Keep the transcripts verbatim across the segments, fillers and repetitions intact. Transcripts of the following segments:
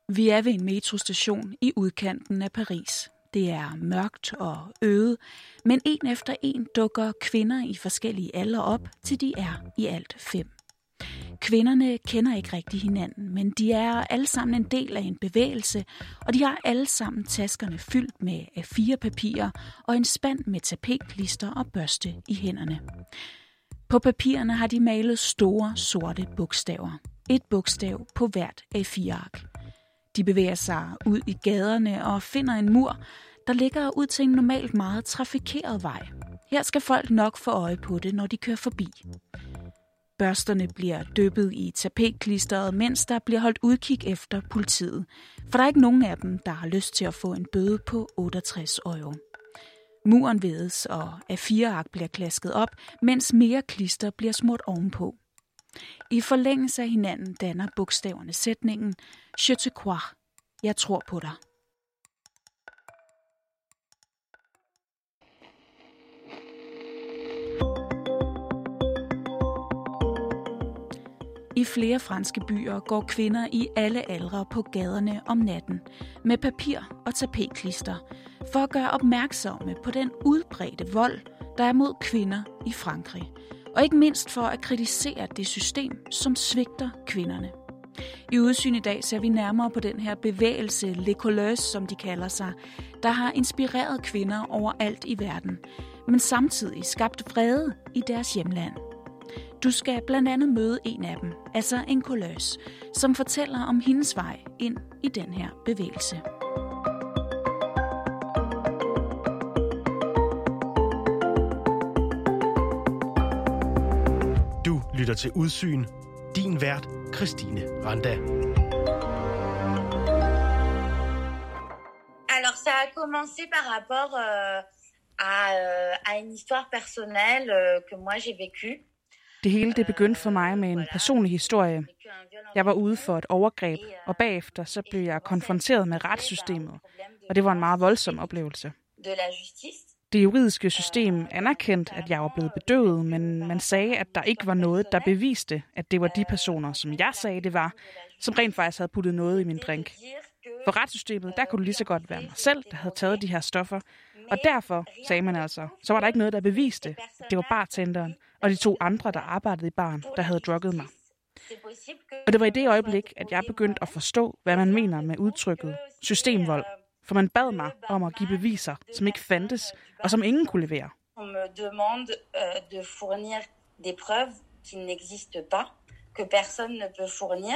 Vi er ved en metrostation i udkanten af Paris. Det er mørkt og øde, men en efter en dukker kvinder i forskellige aldre op, til de er i alt fem. Kvinderne kender ikke rigtig hinanden, men de er alle sammen en del af en bevægelse, og de har alle sammen taskerne fyldt med A fire papirer og en spand med tapetklister og børste i hænderne. På papirerne har de malet store, sorte bogstaver. Et bogstav på hvert A fire ark. De bevæger sig ud i gaderne og finder en mur, der ligger ud til en normalt meget trafikeret vej. Her skal folk nok få øje på det, når de kører forbi. Børsterne bliver dyppet i tapetklisteret, mens der bliver holdt udkig efter politiet. For der er ikke nogen af dem, der har lyst til at få en bøde på otteogtres euro. Muren vedes, og A fire ark bliver klasket op, mens mere klister bliver smurt ovenpå. I forlængelse af hinanden danner bogstaverne sætningen Je te crois, jeg tror på dig. I flere franske byer går kvinder i alle aldre på gaderne om natten med papir og tapetklister for at gøre opmærksomme på den udbredte vold, der er mod kvinder i Frankrig. Og ikke mindst for at kritisere det system, som svigter kvinderne. I Udsyn i dag ser vi nærmere på den her bevægelse, Les Colleuses, som de kalder sig, der har inspireret kvinder overalt i verden, men samtidig skabt vrede i deres hjemland. Du skal blandt andet møde en af dem, altså en Colleuse, som fortæller om hendes vej ind i den her bevægelse. Du lytter til Udsyn. Din vært, Christine Randa. Alors, ça a commencé par rapport euh, à, euh, à une histoire personnelle euh, que moi j'ai vécue. Det hele det begyndte for mig med en personlig historie. Jeg var ude for et overgreb, og bagefter så blev jeg konfronteret med retssystemet, og det var en meget voldsom oplevelse. Det juridiske system anerkendte, at jeg var blevet bedøvet, men man sagde, at der ikke var noget, der beviste, at det var de personer, som jeg sagde, det var, som rent faktisk havde puttet noget i min drink. For retssystemet, der kunne det lige så godt være mig selv, der havde taget de her stoffer, og derfor, sagde man altså, så var der ikke noget, der beviste, at det var bartenderen og de to andre, der arbejdede i baren, der havde drukket mig. Og det var i det øjeblik, at jeg begyndte at forstå, hvad man mener med udtrykket systemvold. For man bad mig om at give beviser, som ikke fandtes, og som ingen kunne levere. On me demande de fournir des preuves qui n'existent pas, que personne ne peut fournir.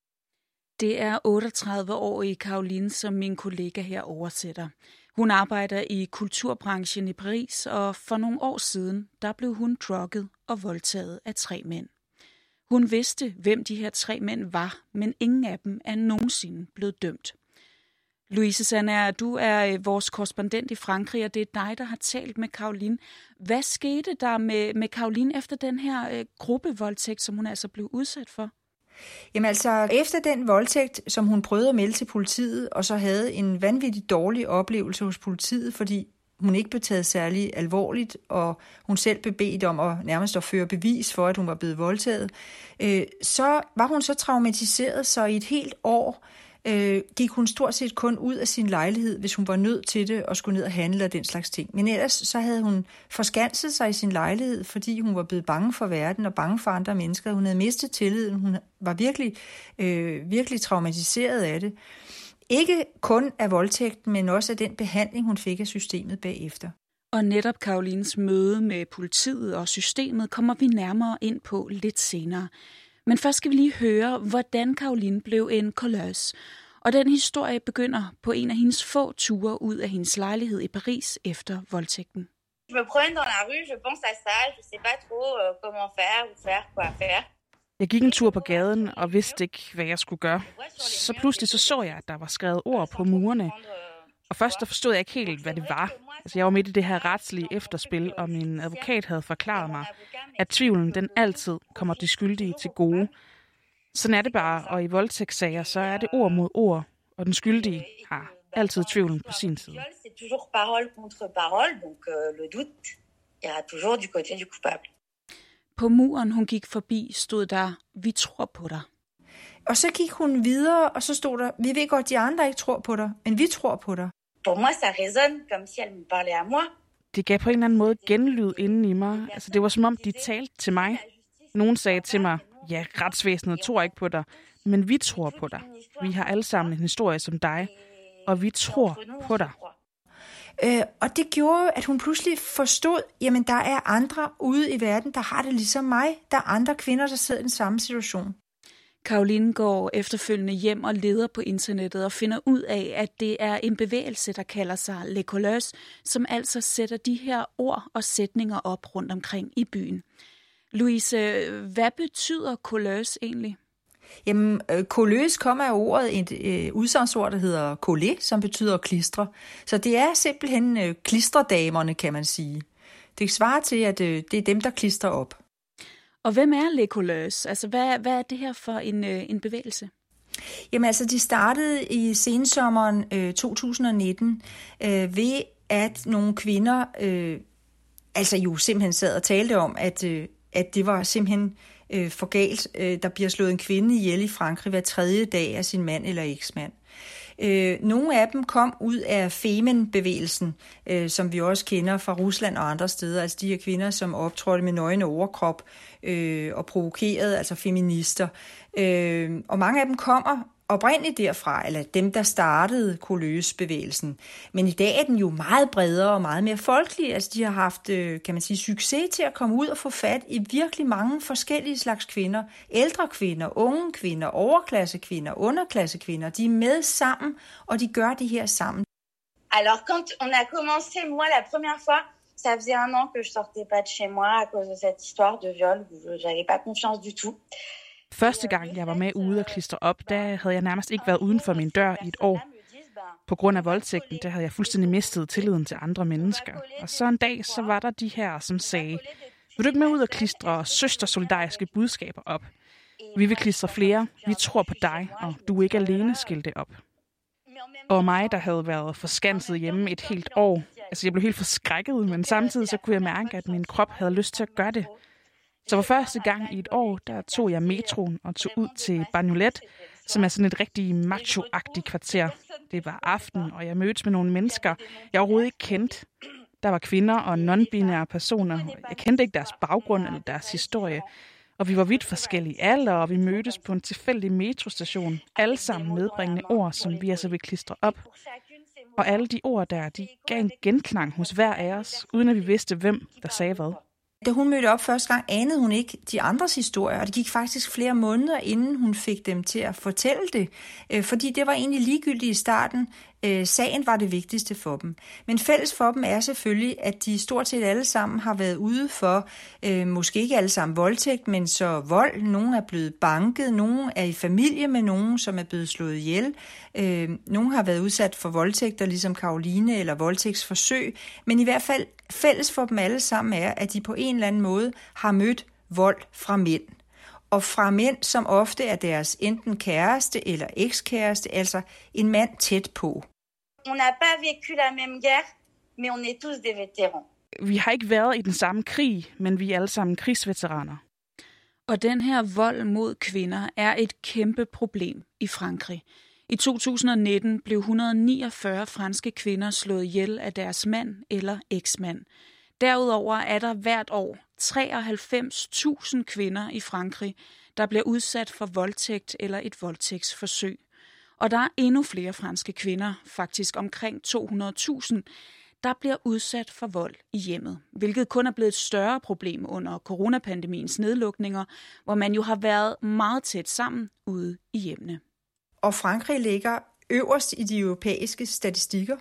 Det er otteogtredive-årige Caroline, som min kollega her oversætter. Hun arbejder i kulturbranchen i Paris, og for nogle år siden, der blev hun drugget og voldtaget af tre mænd. Hun vidste, hvem de her tre mænd var, men ingen af dem er nogensinde blevet dømt. Louise Sanner, du er vores korrespondent i Frankrig, og det er dig, der har talt med Caroline. Hvad skete der med, med Caroline efter den her øh, gruppevoldtægt, som hun altså blev udsat for? Jamen altså, efter den voldtægt, som hun prøvede at melde til politiet, og så havde en vanvittigt dårlig oplevelse hos politiet, fordi hun ikke blev taget særlig alvorligt, og hun selv blev bedt om at nærmest at føre bevis for, at hun var blevet voldtaget, øh, så var hun så traumatiseret, så i et helt år øh, gik hun stort set kun ud af sin lejlighed, hvis hun var nødt til det og skulle ned og handle og den slags ting. Men ellers så havde hun forskanset sig i sin lejlighed, fordi hun var blevet bange for verden og bange for andre mennesker. Hun havde mistet tilliden. Hun var virkelig, øh, virkelig traumatiseret af det. Ikke kun af voldtægten, men også af den behandling, hun fik af systemet bagefter. Og netop Carolines møde med politiet og systemet kommer vi nærmere ind på lidt senere. Men først skal vi lige høre, hvordan Caroline blev en Colleuse. Og den historie begynder på en af hendes få ture ud af hendes lejlighed i Paris efter voldtægten. Je me promène dans la rue, je pense à ça, je sais pas trop comment faire, ou faire, quoi faire. Jeg gik en tur på gaden og vidste ikke, hvad jeg skulle gøre. Så pludselig så, så jeg, at der var skrevet ord på murene. Og først der forstod jeg ikke helt, hvad det var. Altså, jeg var midt i det her retslige efterspil, og min advokat havde forklaret mig, at tvivlen den altid kommer de skyldige til gode. Sådan er det bare, og i voldtægtssager, så er det ord mod ord, og den skyldige har altid tvivlen på sin side. C'est toujours parole contre parole, donc le doute ira toujours du côté du coupable. På muren, hun gik forbi, stod der, vi tror på dig. Og så gik hun videre, og så stod der, vi ved godt, de andre ikke tror på dig, men vi tror på dig. Pour moi, ça résonne comme si elle me parlait à moi. Det gav på en eller anden måde genlyd inden i mig. Altså, det var som om, de talte til mig. Nogen sagde til mig, ja, retsvæsenet tror ikke på dig, men vi tror på dig. Vi har alle sammen en historie som dig, og vi tror på dig. Øh, og det gjorde, at hun pludselig forstod, jamen der er andre ude i verden, der har det ligesom mig. Der er andre kvinder, der sidder i den samme situation. Caroline går efterfølgende hjem og leder på internettet og finder ud af, at det er en bevægelse, der kalder sig Les Colleuses, som altså sætter de her ord og sætninger op rundt omkring i byen. Louise, hvad betyder Colleuses egentlig? Jamen, colleuse kommer af ordet, et øh, udsagnsord, der hedder coller, som betyder klistre. Så det er simpelthen øh, klistredamerne, kan man sige. Det svarer til, at øh, det er dem, der klistrer op. Og hvem er Les Colleuses? Altså, hvad, hvad er det her for en, øh, en bevægelse? Jamen, altså, de startede i sensommeren øh, to tusind nitten øh, ved, at nogle kvinder øh, altså jo simpelthen sad og talte om, at, øh, at det var simpelthen øh, for galt. Øh, der bliver slået en kvinde ihjel i Frankrig hver tredje dag af sin mand eller eksmand. Øh, nogle af dem kom ud af Femen-bevægelsen, øh, som vi også kender fra Rusland og andre steder. Altså de her kvinder, som optrådte med nøgne overkrop øh, og provokerede, altså feminister. Øh, og mange af dem kommer oprindeligt derfra, eller dem, der startede Colleuses-bevægelsen. Men i dag er den jo meget bredere og meget mere folkelig. Altså de har haft, kan man sige, succes til at komme ud og få fat i virkelig mange forskellige slags kvinder. Ældre kvinder, unge kvinder, overklassekvinder, underklassekvinder. De er med sammen, og de gør det her sammen. Alors quand on a commencé, moi la première fois, ça faisait un an que je sortais pas de chez moi à cause de cette histoire de viol où j'avais pas confiance du tout. Første gang, jeg var med ude og klistre op, der havde jeg nærmest ikke været uden for min dør i et år. På grund af voldtægten, der havde jeg fuldstændig mistet tilliden til andre mennesker. Og så en dag, så var der de her, som sagde, vil du ikke med ud og klistre søstersolidariske budskaber op? Vi vil klistre flere, vi tror på dig, og du er ikke alene, skilte op. Og mig, der havde været forskanset hjemme et helt år. Altså, jeg blev helt forskrækket, men samtidig så kunne jeg mærke, at min krop havde lyst til at gøre det. Så for første gang i et år, der tog jeg metroen og tog ud til Bagnolet, som er sådan et rigtig macho-agtigt kvarter. Det var aften, og jeg mødtes med nogle mennesker, jeg overhovedet ikke kendte. Der var kvinder og non-binære personer. Jeg kendte ikke deres baggrund eller deres historie. Og vi var vidt forskellige alder, og vi mødtes på en tilfældig metrostation. Alle sammen medbringende ord, som vi altså vil klistre op. Og alle de ord der, de gav en genklang hos hver af os, uden at vi vidste, hvem der sagde hvad. Da hun mødte op første gang, anede hun ikke de andres historier, og det gik faktisk flere måneder, inden hun fik dem til at fortælle det, fordi det var egentlig ligegyldigt i starten. Sagen var det vigtigste for dem. Men fælles for dem er selvfølgelig, at de stort set alle sammen har været ude for, måske ikke alle sammen voldtægt, men så vold. Nogle er blevet banket, nogle er i familie med nogen, som er blevet slået ihjel. Nogle har været udsat for voldtægter, ligesom Caroline, eller voldtægtsforsøg. Men i hvert fald fælles for dem alle sammen er, at de på en eller anden måde har mødt vold fra mænd. Og fra mænd, som ofte er deres enten kæreste eller ekskæreste, altså en mand tæt på. On n'a pas vécu la même guerre, mais on est tous des vétérans. Vi har ikke været i den samme krig, men vi er alle sammen krigsveteraner. Og den her vold mod kvinder er et kæmpe problem i Frankrig. I to tusind nitten blev et hundrede og niogfyrre franske kvinder slået ihjel af deres mand eller eksmand. Derudover er der hvert år treoghalvfems tusind kvinder i Frankrig, der bliver udsat for voldtægt eller et voldtægtsforsøg. Og der er endnu flere franske kvinder, faktisk omkring to hundrede tusind, der bliver udsat for vold i hjemmet, hvilket kun er blevet et større problem under coronapandemiens nedlukninger, hvor man jo har været meget tæt sammen ude i hjemmene. Og Frankrig ligger øverst i de europæiske statistikker,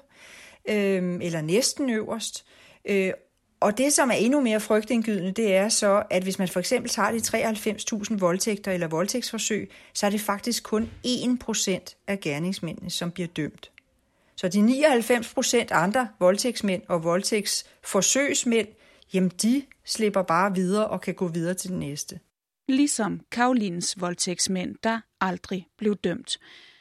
øh, eller næsten øverst. Øh, og det, som er endnu mere frygtindgydende, det er så, at hvis man for eksempel tager de treoghalvfems tusind voldtægter eller voldtægtsforsøg, så er det faktisk kun en procent af gerningsmændene, som bliver dømt. Så de nioghalvfems procent andre voldtægtsmænd og voldtægtsforsøgsmænd, jamen de slipper bare videre og kan gå videre til den næste. Ligesom Carolines voldtægtsmænd, der aldrig blev dømt.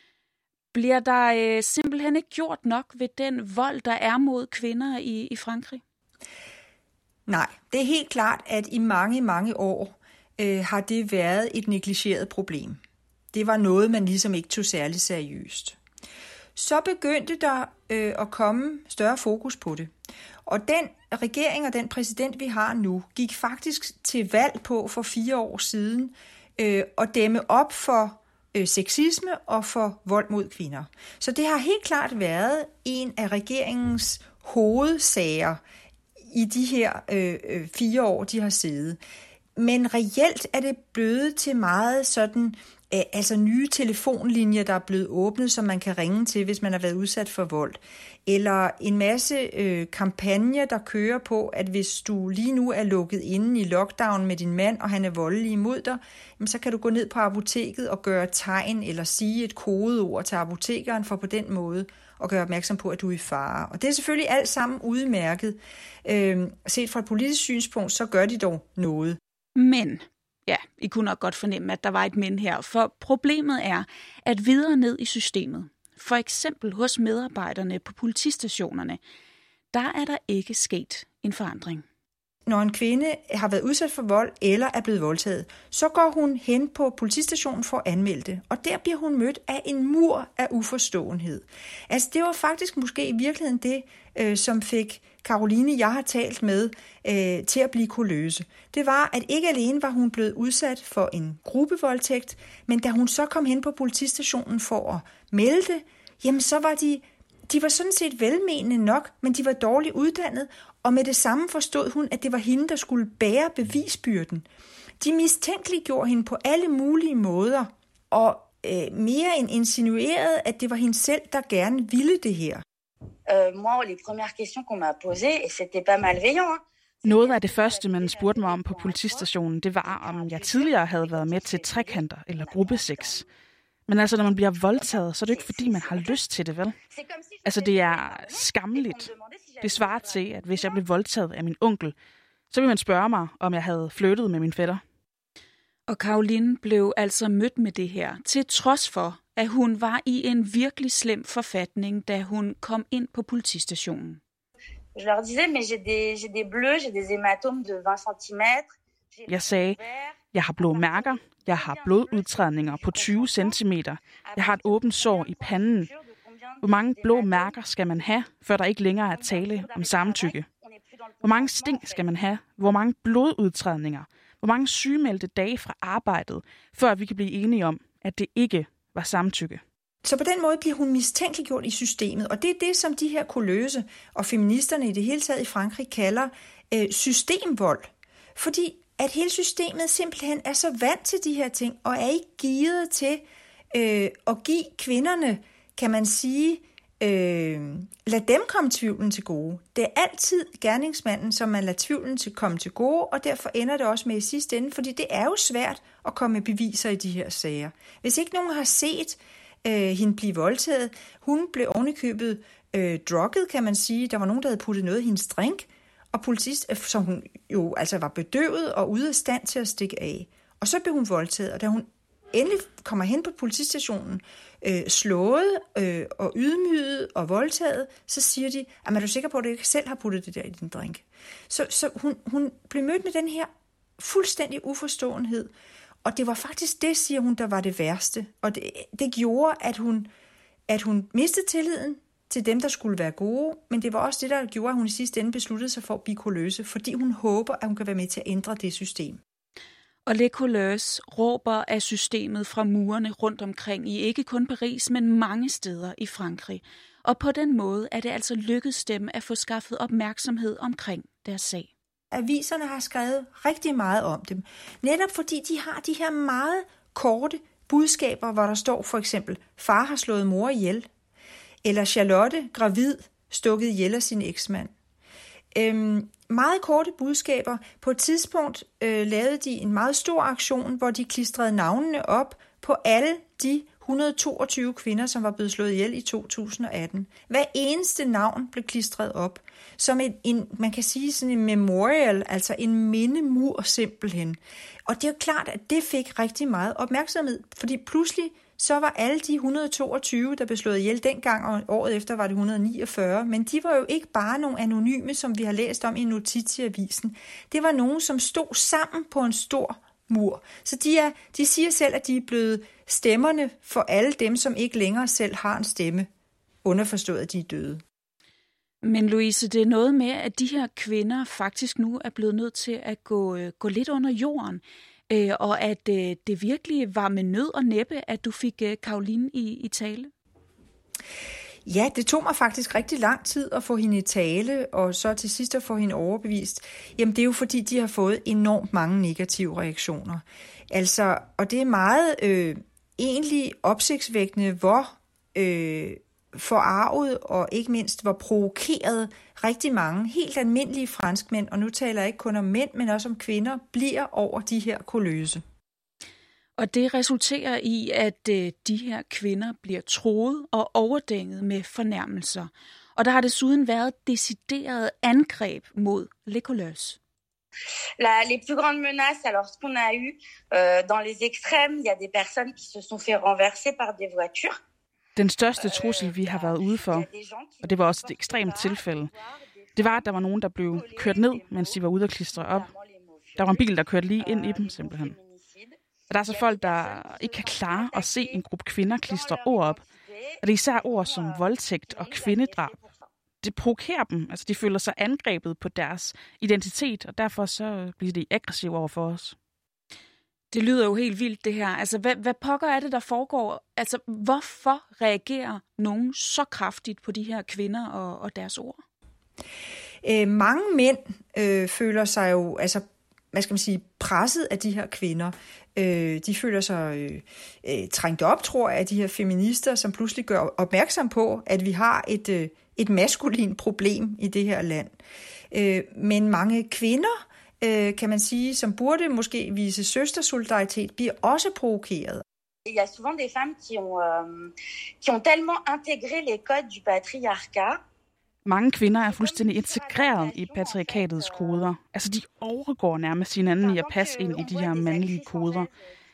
Bliver der øh, simpelthen ikke gjort nok ved den vold, der er mod kvinder i, i Frankrig? Nej, det er helt klart, at i mange, mange år øh, har det været et negligeret problem. det var noget, man ligesom ikke tog særlig seriøst. Så begyndte der øh, at komme større fokus på det. Og den regering og den præsident, vi har nu, gik faktisk til valg på for fire år siden øh, at dæmme op for øh, sexisme og for vold mod kvinder. Så det har helt klart været en af regeringens hovedsager i de her øh, fire år, de har siddet. Men reelt er det blevet til meget sådan, øh, altså nye telefonlinjer, der er blevet åbnet, som man kan ringe til, hvis man har været udsat for vold. Eller en masse øh, kampagner, der kører på, at hvis du lige nu er lukket inde i lockdown med din mand, og han er voldelig imod dig, jamen, så kan du gå ned på apoteket og gøre tegn, eller sige et kodeord til apotekeren, for på den måde at gøre opmærksom på, at du er i fare. Og det er selvfølgelig alt sammen udmærket. Øh, set fra et politisk synspunkt, så gør de dog noget. Men, ja, I kunne nok godt fornemme, at der var et men her, for problemet er, at videre ned i systemet, for eksempel hos medarbejderne på politistationerne, der er der ikke sket en forandring. Når en kvinde har været udsat for vold eller er blevet voldtaget, så går hun hen på politistationen for at anmelde det, og der bliver hun mødt af en mur af uforståenhed. Altså det var faktisk måske i virkeligheden det, øh, som fik Caroline, jeg har talt med, øh, til at blive kuløse. Det var, at ikke alene var hun blevet udsat for en gruppevoldtægt, men da hun så kom hen på politistationen for at melde det, jamen så var de, de var sådan set velmenende nok, men de var dårligt uddannet, og med det samme forstod hun, at det var hende, der skulle bære bevisbyrden. De mistænkeliggjorde hende på alle mulige måder, og øh, mere end insinuerede, at det var hende selv, der gerne ville det her. Euh, moi, les premières questions qu'on m'a posées, et c'était pas malveillant. Noget af det første, man spurgte mig om på politistationen, det var, om jeg tidligere havde været med til trekanter eller gruppesex. Men altså, når man bliver voldtaget, så er det ikke, fordi man har lyst til det, vel? Altså, det er skammeligt. Det svarer til, at hvis jeg blev voldtaget af min onkel, så ville man spørge mig, om jeg havde flyttet med min fætter. Og Caroline blev altså mødt med det her, til trods for, at hun var i en virkelig slem forfatning, da hun kom ind på politistationen. Je leur disais, mais j'ai des, j'ai des bleus, j'ai des hématomes de vingt centimeter. Jeg sagde, jeg har blå mærker, jeg har blodudtrædninger på tyve centimeter, jeg har et åbent sår i panden. Hvor mange blå mærker skal man have, før der ikke længere er tale om samtykke? Hvor mange sting skal man have? Hvor mange blodudtrædninger? Hvor mange sygemeldte dage fra arbejdet, før vi kan blive enige om, at det ikke var samtykke? Så på den måde bliver hun mistænkeliggjort i systemet, og det er det, som de her kuløse og feministerne i det hele taget i Frankrig kalder øh, systemvold. Fordi at hele systemet simpelthen er så vant til de her ting, og er ikke gearet til øh, at give kvinderne, kan man sige, øh, lad dem komme tvivlen til gode. Det er altid gerningsmanden, som man lader tvivlen til komme til gode, og derfor ender det også med i sidste ende, fordi det er jo svært at komme med beviser i de her sager. Hvis ikke nogen har set øh, hende blive voldtaget, hun blev ovenikøbet øh, drugget, kan man sige. Der var nogen, der havde puttet noget i hendes drink, og politist, så hun jo altså var bedøvet og ude af stand til at stikke af. Og så blev hun voldtaget, og da hun endelig kommer hen på politistationen, øh, slået øh, og ydmyget og voldtaget, så siger de, at er du sikker på, at du ikke selv har puttet det der i din drink? Så, så hun, hun blev mødt med den her fuldstændig uforståenhed, og det var faktisk det, siger hun, der var det værste. Og det, det gjorde, at hun, at hun mistede tilliden til dem, der skulle være gode, men det var også det, der gjorde, at hun i sidste ende besluttede sig for at blive kuløse, fordi hun håber, at hun kan være med til at ændre det system. Og Les Couleuses råber af systemet fra murene rundt omkring i ikke kun Paris, men mange steder i Frankrig. Og på den måde er det altså lykkedes dem at få skaffet opmærksomhed omkring deres sag. Aviserne har skrevet rigtig meget om dem, netop fordi de har de her meget korte budskaber, hvor der står for eksempel, far har slået mor ihjel, eller Charlotte, gravid, stukket ihjel af sin eksmand. Øhm, meget korte budskaber. På et tidspunkt øh, lavede de en meget stor aktion, hvor de klistrede navnene op på alle de et hundrede og toogtyve kvinder, som var blevet slået ihjel i to tusind og atten. Hver eneste navn blev klistret op, som en, en, man kan sige sådan en memorial, altså en mindemur simpelthen. Og det er jo klart, at det fik rigtig meget opmærksomhed, fordi pludselig så var alle de et hundrede og toogtyve, der blev slået ihjel dengang, og året efter var det et hundrede og niogfyrre, men de var jo ikke bare nogle anonyme, som vi har læst om i en notits i avisen. Det var nogen, som stod sammen på en stor mur. Så de, er, de siger selv, at de er blevet stemmerne for alle dem, som ikke længere selv har en stemme, underforstået, at de er døde. Men Louise, det er noget med, at de her kvinder faktisk nu er blevet nødt til at gå, gå lidt under jorden, øh, og at øh, det virkelig var med nød og næppe, at du fik øh, Caroline i, i tale. Ja, det tog mig faktisk rigtig lang tid at få hende i tale, og så til sidst at få hende overbevist. Jamen det er jo fordi, de har fået enormt mange negative reaktioner. Altså, og det er meget øh, egentlig opsigtsvækkende, hvor øh, forarvet og ikke mindst hvor provokeret rigtig mange helt almindelige franskmænd, og nu taler jeg ikke kun om mænd, men også om kvinder, bliver over de her Colleuses. Og det resulterer i, at øh, de her kvinder bliver truet og overdænget med fornærmelser. Og der har desuden været decideret angreb mod les Colleuses. La, les plus grandes menaces, alors ce qu'on a eu euh, dans les extrêmes, il y a des personnes qui se sont fait renverser par des voitures. Den største trussel, vi har været ude for, og det var også et ekstremt tilfælde, det var, at der var nogen, der blev kørt ned, mens de var ude at klistre op. Der var en bil, der kørte lige ind i dem, simpelthen. Og der er så folk, der ikke kan klare at se en gruppe kvinder klistre ord op. Og det er især ord som voldtægt og kvindedrab. Det provokerer dem. Altså, de føler sig angrebet på deres identitet, og derfor så bliver de aggressive over for os. Det lyder jo helt vildt, det her. Altså, hvad, hvad pokker er det, der foregår? Altså, hvorfor reagerer nogen så kraftigt på de her kvinder og, og deres ord? Øh, mange mænd øh, føler sig jo, altså, hvad skal man sige, presset af de her kvinder. Øh, de føler sig øh, øh, trængt op, tror jeg, af de her feminister, som pludselig gør opmærksom på, at vi har et, øh, et maskulint problem i det her land. Øh, men mange kvinder, øh, kan man sige, som burde måske vise søstersolidaritet, bliver også provokeret. Il y a souvent des femmes qui ont, euh, qui ont tellement intégré les codes du patriarcat. Mange kvinder er fuldstændig integreret i patriarkatets koder. Altså, de overgår nærmest hinanden i at passe ind i de her mandlige koder.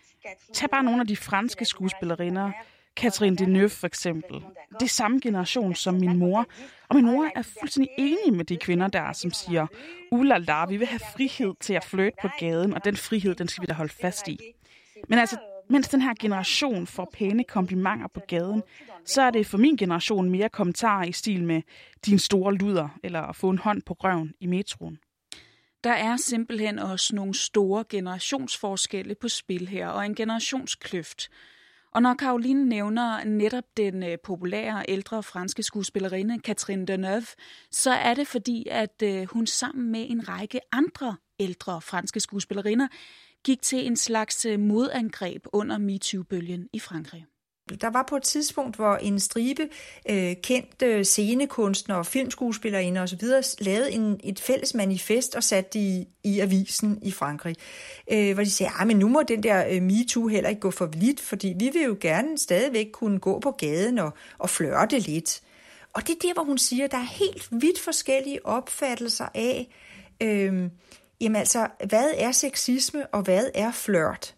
Tag bare nogle af de franske skuespillerinder. Catherine Deneuve for eksempel. Det er samme generation som min mor. Og min mor er fuldstændig enig med de kvinder der, som siger, ulala, vi vil have frihed til at flirte på gaden, og den frihed, den skal vi da holde fast i. Men altså, mens den her generation får pæne komplimenter på gaden, så er det for min generation mere kommentarer i stil med din store luder, eller at få en hånd på røven i metroen. Der er simpelthen også nogle store generationsforskelle på spil her, og en generationskløft. Og når Caroline nævner netop den populære ældre franske skuespillerinde Catherine Deneuve, så er det fordi, at hun sammen med en række andre ældre franske skuespillerinder gik til en slags modangreb under MeToo-bølgen i Frankrig. Der var på et tidspunkt, hvor en stribe øh, kendte scenekunstnere og filmskuespillerinder osv. lavede en, et fælles manifest og satte det i, i avisen i Frankrig, øh, hvor de sagde, at nu må den der øh, MeToo heller ikke gå for vidt, fordi vi vil jo gerne stadigvæk kunne gå på gaden og, og flirte lidt. Og det er der, hvor hun siger, at der er helt vidt forskellige opfattelser af, øh, jamen altså, hvad er sexisme og hvad er flirt?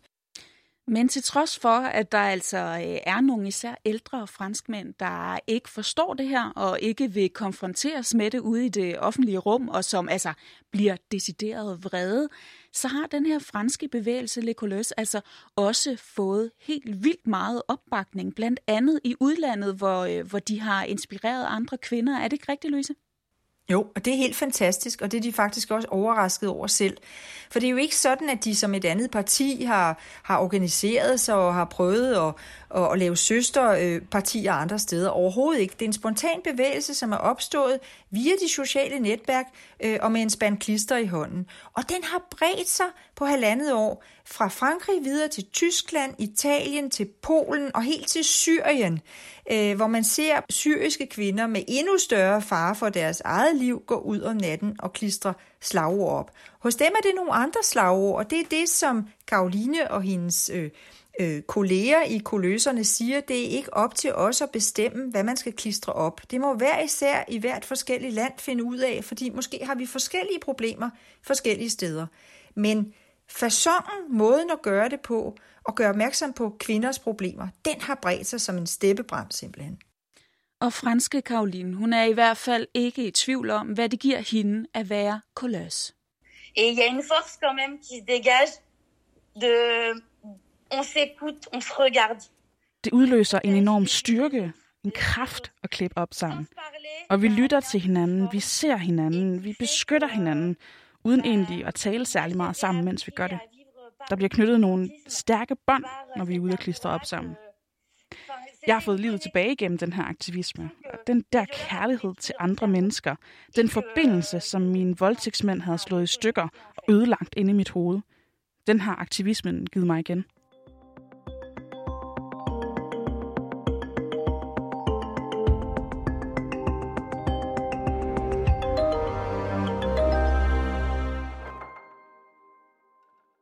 Men til trods for, at der altså er nogle især ældre franskmænd, der ikke forstår det her og ikke vil konfronteres med det ude i det offentlige rum, og som altså bliver decideret vrede, så har den her franske bevægelse Les Colleuses altså også fået helt vildt meget opbakning, blandt andet i udlandet, hvor, hvor de har inspireret andre kvinder. Er det ikke rigtigt, Louise? Jo, og det er helt fantastisk, og det er de faktisk også overrasket over selv. For det er jo ikke sådan, at de som et andet parti har, har organiseret sig og har prøvet at, at, at lave søsterpartier andre steder. Overhovedet ikke. Det er en spontan bevægelse, som er opstået via de sociale netværk øh, og med en spand klister i hånden. Og den har bredt sig på halvandet år fra Frankrig videre til Tyskland, Italien, til Polen og helt til Syrien, øh, hvor man ser syriske kvinder med endnu større fare for deres eget liv gå ud om natten og klistre slagord op. Hos dem er det nogle andre slagord, og det er det, som Caroline og hendes øh, øh, kolleger i Colleuserne siger, det er ikke op til os at bestemme, hvad man skal klistre op. Det må hver især i hvert forskelligt land finde ud af, fordi måske har vi forskellige problemer forskellige steder. Men faconen, måden at gøre det på, og gøre opmærksom på kvinders problemer, den har bredt sig som en steppebrand simpelthen. Og franske Caroline, hun er i hvert fald ikke i tvivl om, hvad det giver hende at være Colleuse. Et il y a une force quand même qui se dégage de on s'écoute, on se regarde. Det udløser en enorm styrke, en kraft at klippe op sammen. Og vi lytter til hinanden, vi ser hinanden, vi beskytter hinanden, uden egentlig at tale særlig meget sammen, mens vi gør det. Der bliver knyttet nogle stærke bånd, når vi er ude og klistre op sammen. Jeg har fået livet tilbage gennem den her aktivisme, og den der kærlighed til andre mennesker, den forbindelse, som mine voldtægtsmænd havde slået i stykker og ødelagt inde i mit hoved, den har aktivismen givet mig igen.